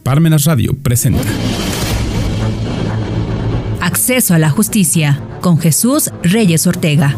Parmenas Radio presenta Acceso a la Justicia con Jesús Reyes Ortega.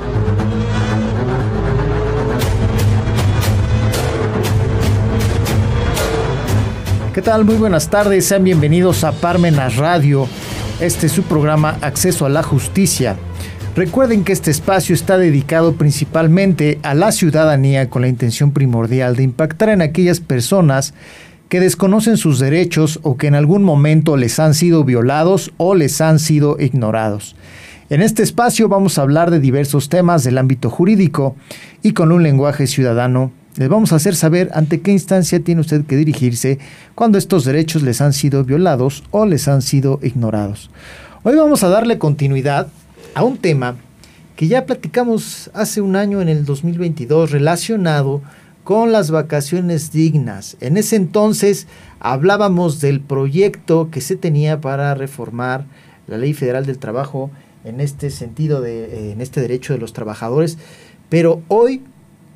¿Qué tal? Muy buenas tardes, sean bienvenidos a Parmenas Radio. Este es su programa Acceso a la Justicia. Recuerden que este espacio está dedicado principalmente a la ciudadanía con la intención primordial de impactar en aquellas personas que desconocen sus derechos o que en algún momento les han sido violados o les han sido ignorados. En este espacio vamos a hablar de diversos temas del ámbito jurídico y con un lenguaje ciudadano les vamos a hacer saber ante qué instancia tiene usted que dirigirse cuando estos derechos les han sido violados o les han sido ignorados. Hoy vamos a darle continuidad a un tema que ya platicamos hace un año en el 2022 relacionado con las vacaciones dignas. En ese entonces hablábamos del proyecto que se tenía para reformar la Ley Federal del Trabajo en este sentido, en este derecho de los trabajadores, pero hoy,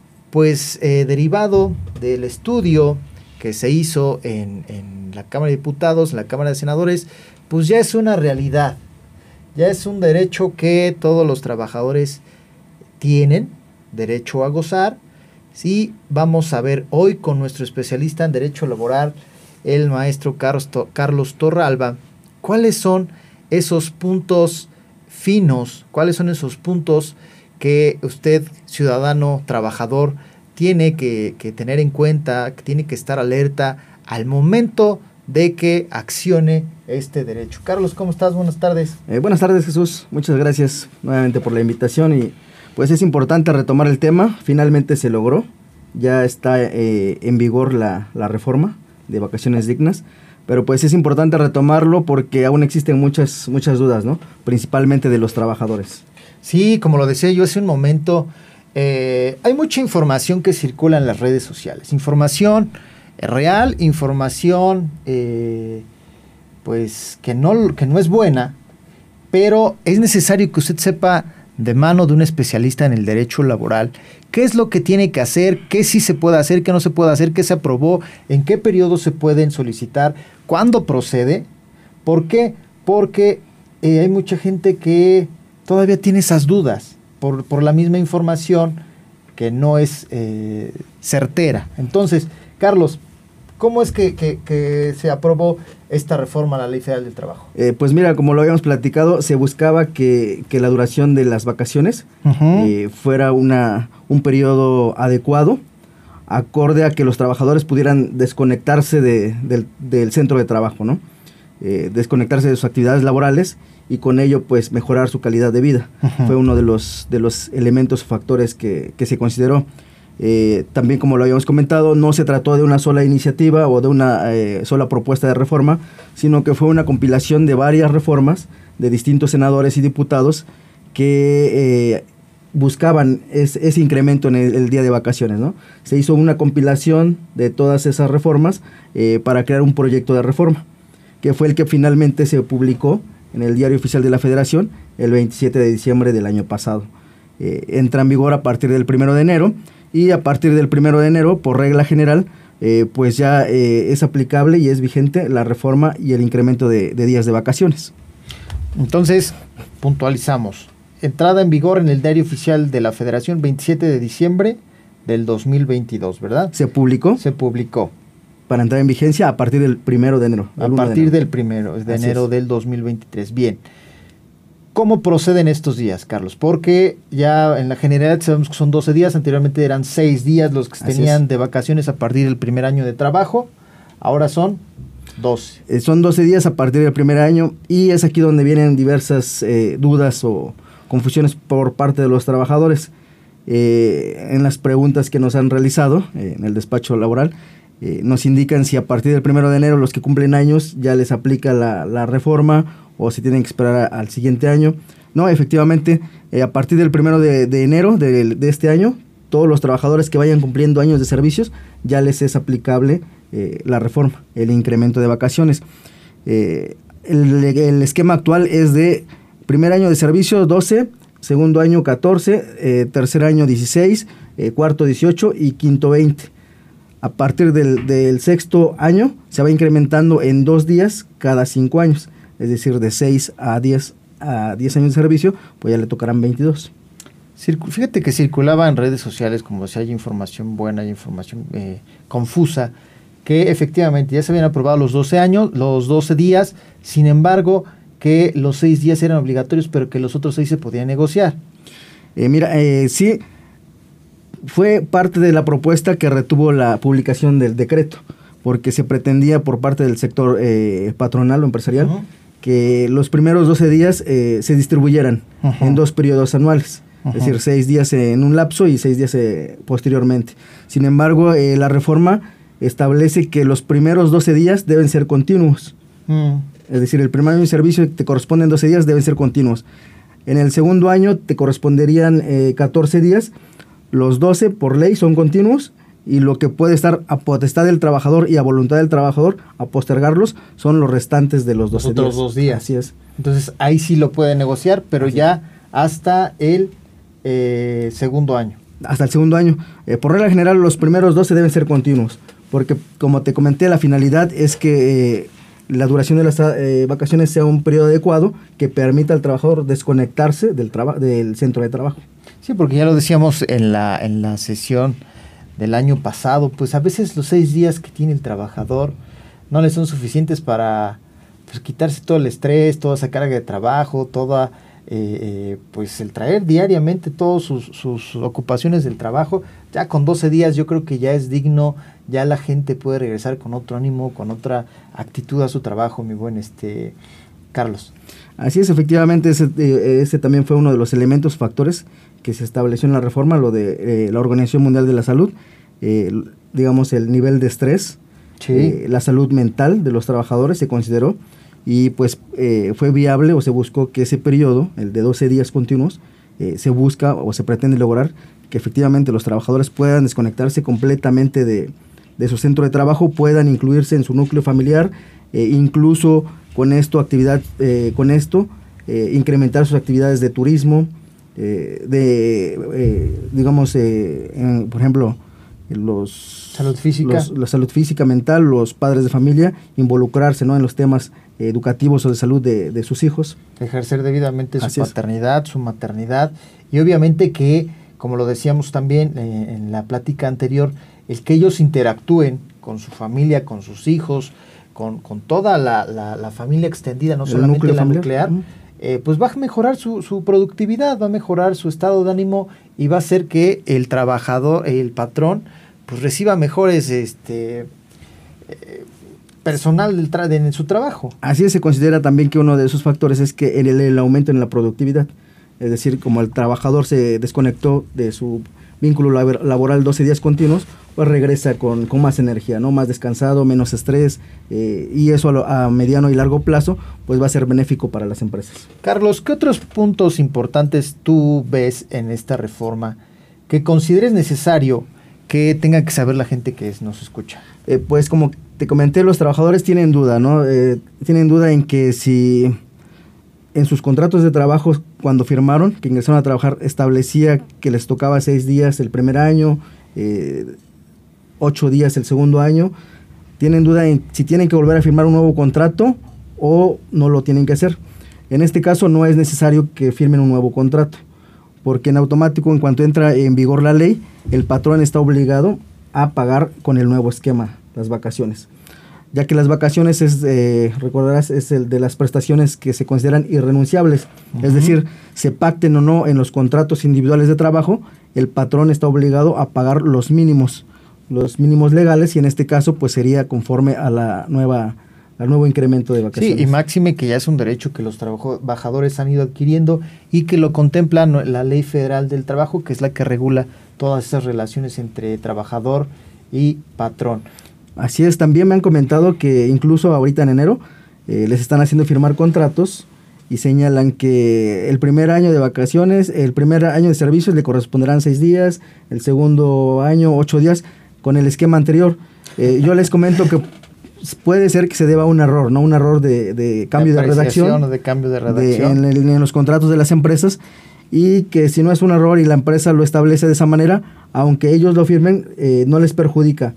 pues derivado del estudio que se hizo en la Cámara de Diputados, en la Cámara de Senadores, pues ya es una realidad. Ya es un derecho que todos los trabajadores tienen derecho a gozar. Sí, vamos a ver hoy con nuestro especialista en Derecho Laboral, el maestro Carlos Torralba, cuáles son esos puntos finos, cuáles son esos puntos que usted, ciudadano, trabajador, tiene que tener en cuenta, que tiene que estar alerta al momento de que accione este derecho. Carlos, ¿cómo estás? Buenas tardes. Buenas tardes, Jesús. Muchas gracias nuevamente por la invitación y pues es importante retomar el tema. Finalmente se logró. Ya está en vigor la reforma de vacaciones dignas, pero pues es importante retomarlo porque aún existen muchas dudas, ¿no? Principalmente de los trabajadores. Sí, como lo decía yo hace un momento, hay mucha información que circula en las redes sociales. Información real, información pues que no es buena, pero es necesario que usted sepa de mano de un especialista en el derecho laboral qué es lo que tiene que hacer, qué sí se puede hacer, qué no se puede hacer, qué se aprobó, en qué periodo se pueden solicitar, cuándo procede. ¿Por qué? Porque hay mucha gente que todavía tiene esas dudas por la misma información que no es certera. Entonces, Carlos, ¿cómo es que se aprobó esta reforma a la Ley Federal del Trabajo? Pues mira, como lo habíamos platicado, se buscaba que la duración de las vacaciones fuera un periodo adecuado, acorde a que los trabajadores pudieran desconectarse del centro de trabajo, ¿no? Desconectarse de sus actividades laborales y con ello pues mejorar su calidad de vida. Fue uno de los elementos o factores que se consideró. También, como lo habíamos comentado, no se trató de una sola iniciativa o de una sola propuesta de reforma, sino que fue una compilación de varias reformas de distintos senadores y diputados que buscaban ese incremento en el día de vacaciones, ¿no? Se hizo una compilación de todas esas reformas para crear un proyecto de reforma, que fue el que finalmente se publicó en el Diario Oficial de la Federación el 27 de diciembre del año pasado. Entra en vigor a partir del 1 de enero y a partir del 1 de enero, por regla general, pues ya es aplicable y es vigente la reforma y el incremento de días de vacaciones. Entonces, puntualizamos. Entrada en vigor en el Diario Oficial de la Federación 27 de diciembre del 2022, ¿verdad? ¿Se publicó? Se publicó. Para entrar en vigencia a partir del 1 de enero. A partir del 1 de enero del 2023. Bien. ¿Cómo proceden estos días, Carlos? Porque ya en la generalidad sabemos que son 12 días, anteriormente eran 6 días los que tenían de vacaciones a partir del primer año de trabajo, ahora son 12. Son 12 días a partir del primer año y es aquí donde vienen diversas dudas o confusiones por parte de los trabajadores. En las preguntas que nos han realizado en el despacho laboral, nos indican si a partir del 1 de enero los que cumplen años ya les aplica la reforma o si tienen que esperar al siguiente año. No, efectivamente, a partir del 1 de enero de este año, todos los trabajadores que vayan cumpliendo años de servicios, ya les es aplicable la reforma, el incremento de vacaciones. El esquema actual es de primer año de servicio 12, segundo año 14, tercer año 16, cuarto 18 y quinto 20. A partir del sexto año se va incrementando en 2 días cada 5 años, es decir, de 6 a 10 años de servicio, pues ya le tocarán 22. Fíjate que circulaba en redes sociales, como si hay información buena, hay información confusa, que efectivamente ya se habían aprobado los 12 años, los 12 días, sin embargo, que los 6 días eran obligatorios, pero que los otros 6 se podían negociar. Sí, fue parte de la propuesta que retuvo la publicación del decreto, porque se pretendía por parte del sector patronal o empresarial que los primeros 12 días se distribuyeran en 2 periodos anuales, es decir, 6 días en un lapso y 6 días posteriormente. Sin embargo, la reforma establece que los primeros 12 días deben ser continuos. Es decir, el primer año de servicio te corresponden 12 días, deben ser continuos. En el segundo año te corresponderían 14 días. Los 12 por ley son continuos y lo que puede estar a potestad del trabajador y a voluntad del trabajador a postergarlos son los restantes de los 12 días. Otros 2 días. Así es. Entonces ahí sí lo puede negociar, pero así ya hasta el segundo año. Hasta el segundo año. Por regla general, los primeros 12 deben ser continuos, porque como te comenté, la finalidad es que la duración de las vacaciones sea un periodo adecuado que permita al trabajador desconectarse del centro de trabajo. Sí, porque ya lo decíamos en la sesión del año pasado, pues a veces los 6 días que tiene el trabajador no le son suficientes para pues, quitarse todo el estrés, toda esa carga de trabajo, toda pues el traer diariamente todas sus ocupaciones del trabajo. Ya con 12 días yo creo que ya es digno, ya la gente puede regresar con otro ánimo, con otra actitud a su trabajo, mi buen Carlos. Así es, efectivamente, ese también fue uno de los elementos, factores que se estableció en la reforma, lo de la Organización Mundial de la Salud, digamos el nivel de estrés, sí. La salud mental de los trabajadores se consideró y pues fue viable o se buscó que ese periodo, el de 12 días continuos, se busca o se pretende lograr que efectivamente los trabajadores puedan desconectarse completamente de su centro de trabajo, puedan incluirse en su núcleo familiar, incluso con esto incrementar sus actividades de turismo, por ejemplo, la salud física, mental, los padres de familia, involucrarse, ¿no?, en los temas educativos o de salud de sus hijos. Ejercer debidamente su paternidad, su maternidad, y obviamente que, como lo decíamos también en la plática anterior, el que ellos interactúen con su familia, con sus hijos, con toda la familia extendida, no solamente la nuclear, pues va a mejorar su productividad, va a mejorar su estado de ánimo y va a hacer que el trabajador, el patrón, pues reciba mejores personal en su trabajo. Así se considera también que uno de esos factores es que el aumento en la productividad. Es decir, como el trabajador se desconectó de su vínculo laboral 12 días continuos, pues regresa con más energía, ¿no?, más descansado, menos estrés, y eso a mediano y largo plazo pues va a ser benéfico para las empresas. Carlos, ¿qué otros puntos importantes tú ves en esta reforma que consideres necesario que tenga que saber la gente que nos escucha? Pues como te comenté, los trabajadores tienen duda, ¿no? Tienen duda en que si en sus contratos de trabajo, cuando firmaron, que ingresaron a trabajar, establecía que les tocaba 6 días el primer año, 8 días el segundo año, tienen duda en si tienen que volver a firmar un nuevo contrato o no lo tienen que hacer. En este caso no es necesario que firmen un nuevo contrato, porque en automático, en cuanto entra en vigor la ley, el patrón está obligado a pagar con el nuevo esquema las vacaciones, ya que las vacaciones recordarás, es el de las prestaciones que se consideran irrenunciables, es decir, se pacten o no en los contratos individuales de trabajo, el patrón está obligado a pagar los mínimos legales, y en este caso pues sería conforme a al nuevo incremento de vacaciones. Sí, y máxime que ya es un derecho que los trabajadores han ido adquiriendo y que lo contempla la Ley Federal del Trabajo, que es la que regula todas esas relaciones entre trabajador y patrón. Así es, también me han comentado que incluso ahorita en enero les están haciendo firmar contratos y señalan que el primer año de vacaciones, el primer año de servicios le corresponderán 6 días, el segundo año 8 días, con el esquema anterior. Yo les comento que puede ser que se deba a un error, ¿no? Un error de cambio de redacción. O de cambio de redacción. En los contratos de las empresas, y que si no es un error y la empresa lo establece de esa manera, aunque ellos lo firmen, no les perjudica,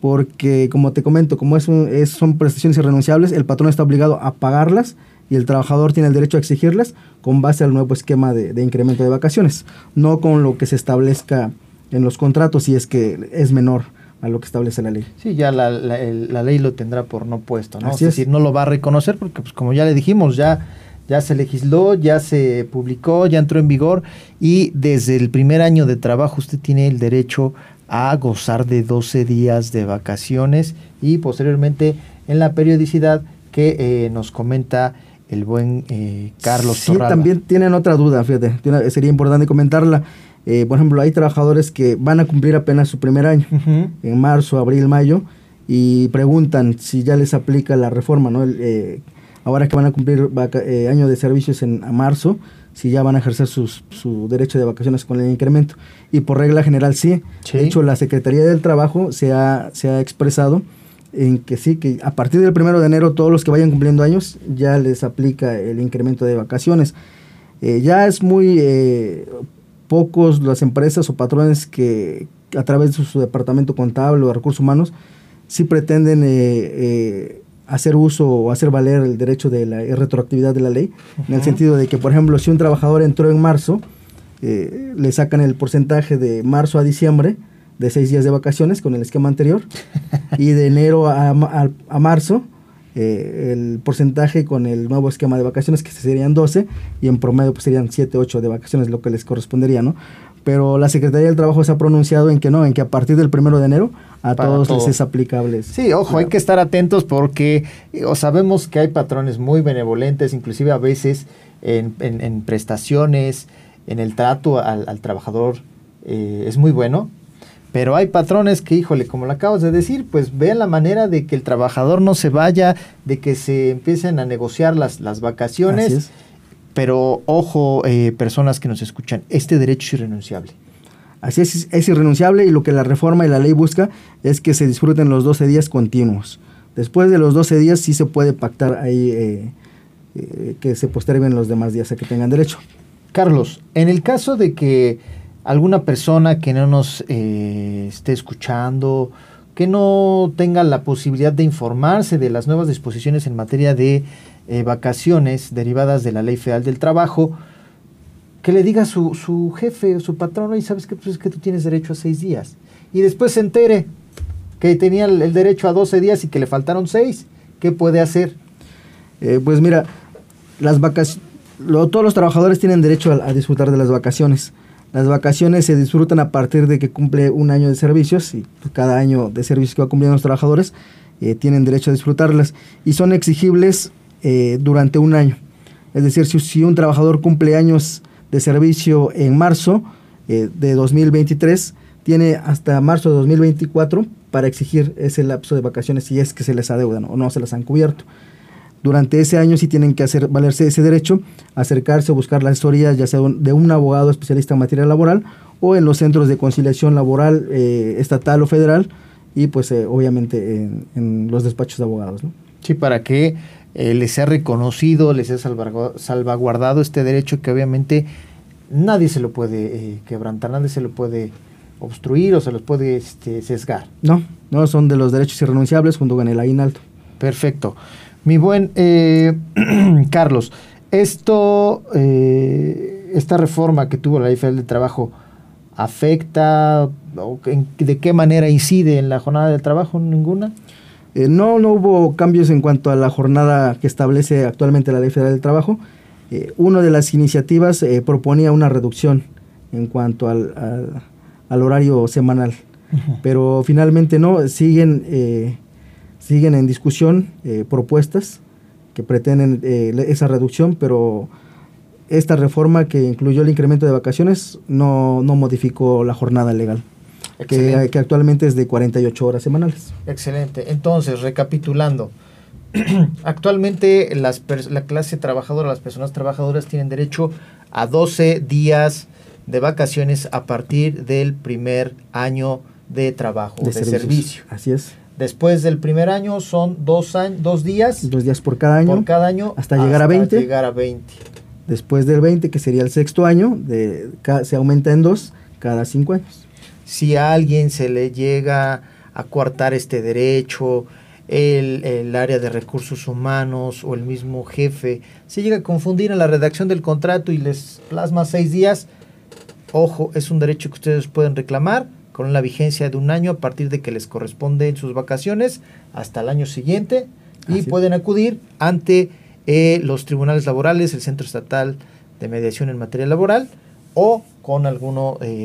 porque como te comento, como son prestaciones irrenunciables, el patrón está obligado a pagarlas y el trabajador tiene el derecho a exigirlas con base al nuevo esquema de incremento de vacaciones, no con lo que se establezca en los contratos si es que es menor a lo que establece la ley. Sí, ya la ley lo tendrá por no puesto, ¿no? Así es decir, no lo va a reconocer porque, pues, como ya le dijimos, ya se legisló, ya se publicó, ya entró en vigor y desde el primer año de trabajo usted tiene el derecho a gozar de 12 días de vacaciones y posteriormente en la periodicidad que nos comenta el buen Carlos Torralba. Sí, también tienen otra duda, fíjate, sería importante comentarla. Por ejemplo, hay trabajadores que van a cumplir apenas su primer año, en marzo, abril, mayo, y preguntan si ya les aplica la reforma, ¿no? Ahora que van a cumplir año de servicios a marzo, si ya van a ejercer su derecho de vacaciones con el incremento. Y por regla general sí. De hecho, la Secretaría del Trabajo se ha expresado en que sí, que a partir del 1 de enero todos los que vayan cumpliendo años ya les aplica el incremento de vacaciones. Ya es muy pocos las empresas o patrones que a través de su departamento contable o de recursos humanos sí pretenden hacer uso o hacer valer el derecho de la retroactividad de la ley, en el sentido de que, por ejemplo, si un trabajador entró en marzo, le sacan el porcentaje de marzo a diciembre de 6 días de vacaciones con el esquema anterior y de enero a marzo el porcentaje con el nuevo esquema de vacaciones, que serían 12 y en promedio pues serían 7, 8 de vacaciones, lo que les correspondería, ¿no? Pero la Secretaría del Trabajo se ha pronunciado en que no, en que a partir del 1 de enero a todos les es aplicable. Sí, ojo, hay que estar atentos porque sabemos que hay patrones muy benevolentes, inclusive a veces en prestaciones, en el trato al trabajador es muy bueno, pero hay patrones que, híjole, como lo acabas de decir, pues vean la manera de que el trabajador no se vaya, de que se empiecen a negociar las vacaciones. Así es. Pero ojo, personas que nos escuchan, este derecho es irrenunciable. Así es irrenunciable, y lo que la reforma y la ley busca es que se disfruten los 12 días continuos. Después de los 12 días sí se puede pactar ahí que se posterguen los demás días a que tengan derecho. Carlos, en el caso de que alguna persona que no nos esté escuchando, que no tenga la posibilidad de informarse de las nuevas disposiciones en materia de vacaciones derivadas de la Ley Federal del Trabajo, que le diga a su jefe o su patrón, y sabes que, pues es que tú tienes derecho a 6 días, y después se entere que tenía el derecho a 12 días y que le faltaron 6, ¿qué puede hacer? Pues mira, todos los trabajadores tienen derecho a disfrutar de las vacaciones. Las vacaciones se disfrutan a partir de que cumple un año de servicios, y cada año de servicios que va cumpliendo los trabajadores tienen derecho a disfrutarlas, y son exigibles durante un año. Es decir, si un trabajador cumple años de servicio en marzo de 2023, tiene hasta marzo de 2024 para exigir ese lapso de vacaciones si es que se les adeudan o no se las han cubierto. Durante ese año sí tienen que hacer valerse ese derecho, acercarse o buscar la asesoría, ya sea de un abogado especialista en materia laboral o en los centros de conciliación laboral estatal o federal, y pues obviamente en los despachos de abogados, ¿no? Sí, para que les sea reconocido, les sea salvaguardado este derecho, que obviamente nadie se lo puede quebrantar, nadie se lo puede obstruir o se los puede sesgar. No, son de los derechos irrenunciables junto con el aguinaldo. Perfecto. Mi buen Carlos, esta reforma que tuvo la Ley Federal de Trabajo, ¿afecta o de qué manera incide en la jornada de trabajo? ¿Ninguna? No hubo cambios en cuanto a la jornada que establece actualmente la Ley Federal del Trabajo. Una de las iniciativas proponía una reducción en cuanto al horario semanal, pero finalmente no, siguen en discusión propuestas que pretenden esa reducción, pero esta reforma que incluyó el incremento de vacaciones no modificó la jornada legal, que actualmente es de 48 horas semanales. Excelente. Entonces, recapitulando, actualmente la clase trabajadora, las personas trabajadoras tienen derecho a 12 días de vacaciones a partir del primer año de trabajo, de servicio. Así es. Después del primer año son 2 días. 2 días por cada año. Hasta llegar a 20. Después del 20, que sería el sexto año, se aumenta en 2 cada 5 años. Si a alguien se le llega a coartar este derecho, el área de recursos humanos o el mismo jefe se llega a confundir en la redacción del contrato y les plasma 6 días, ojo, es un derecho que ustedes pueden reclamar con la vigencia de 1 año a partir de que les corresponden sus vacaciones hasta el año siguiente, y pueden acudir ante los tribunales laborales, el Centro Estatal de Mediación en Materia Laboral, o con algún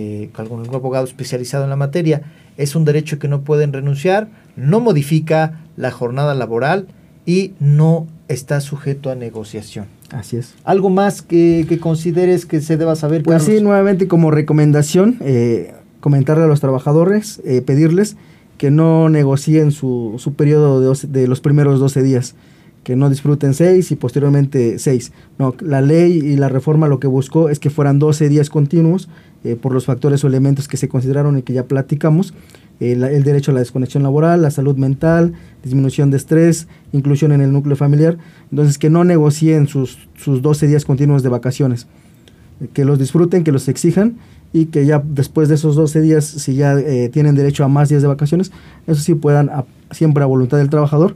abogado especializado en la materia. Es un derecho que no pueden renunciar, no modifica la jornada laboral y no está sujeto a negociación. Así es. ¿Algo más que consideres que se deba saber, Pues Carlos? sí, nuevamente como recomendación, comentarle a los trabajadores, pedirles que no negocien su periodo de los primeros 12 días, que no disfruten 6 y posteriormente 6. No, la ley y la reforma lo que buscó es que fueran 12 días continuos por los factores o elementos que se consideraron y que ya platicamos. El derecho a la desconexión laboral, la salud mental, disminución de estrés, inclusión en el núcleo familiar. Entonces, que no negocien sus 12 días continuos de vacaciones, que los disfruten, que los exijan, y que ya después de esos 12 días, si ya tienen derecho a más días de vacaciones, eso sí puedan, siempre a voluntad del trabajador,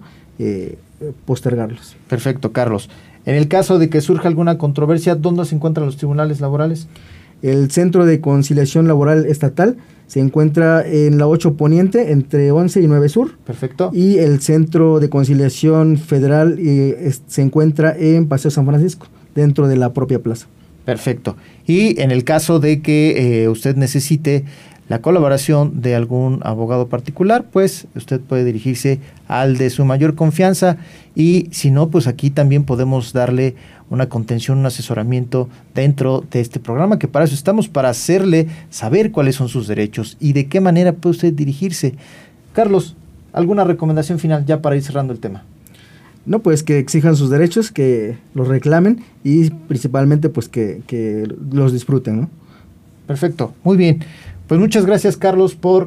postergarlos. Perfecto, Carlos. En el caso de que surja alguna controversia, ¿dónde se encuentran los tribunales laborales? El Centro de Conciliación Laboral Estatal se encuentra en la 8 Poniente, entre 11 y 9 Sur. Perfecto. Y el Centro de Conciliación Federal se encuentra en Paseo San Francisco, dentro de la propia plaza. Perfecto. Y en el caso de que usted necesite la colaboración de algún abogado particular, pues usted puede dirigirse al de su mayor confianza, y si no, pues aquí también podemos darle una contención, un asesoramiento dentro de este programa, que para eso estamos, para hacerle saber cuáles son sus derechos y de qué manera puede usted dirigirse. Carlos, ¿alguna recomendación final ya para ir cerrando el tema? No, pues que exijan sus derechos, que los reclamen y principalmente pues que los disfruten, ¿no? Perfecto, muy bien. Pues muchas gracias, Carlos, por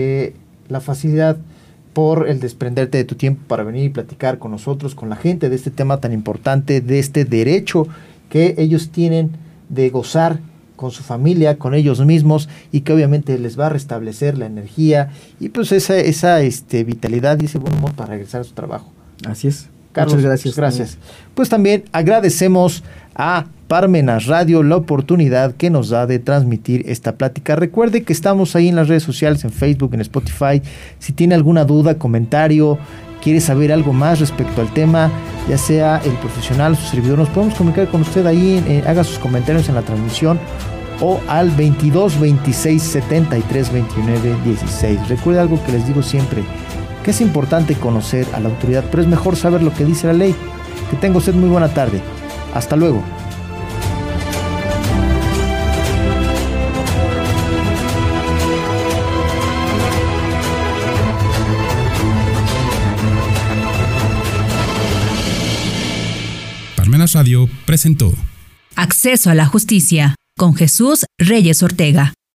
la facilidad, por el desprenderte de tu tiempo para venir y platicar con nosotros, con la gente, de este tema tan importante, de este derecho que ellos tienen de gozar con su familia, con ellos mismos, y que obviamente les va a restablecer la energía y pues esa vitalidad y ese buen humor para regresar a su trabajo. Así es. Carlos, muchas gracias. Gracias. Pues también agradecemos a Parmenas Radio la oportunidad que nos da de transmitir esta plática. Recuerde que estamos ahí en las redes sociales, en Facebook, en Spotify. Si tiene alguna duda, comentario, quiere saber algo más respecto al tema, ya sea el profesional o su servidor, nos podemos comunicar con usted ahí, haga sus comentarios en la transmisión o al 22 26 73 29 16. Recuerde algo que les digo siempre, que es importante conocer a la autoridad, pero es mejor saber lo que dice la ley. Que tenga usted muy buena tarde. Hasta luego. Parmenas Radio presentó Acceso a la Justicia con Jesús Reyes Ortega.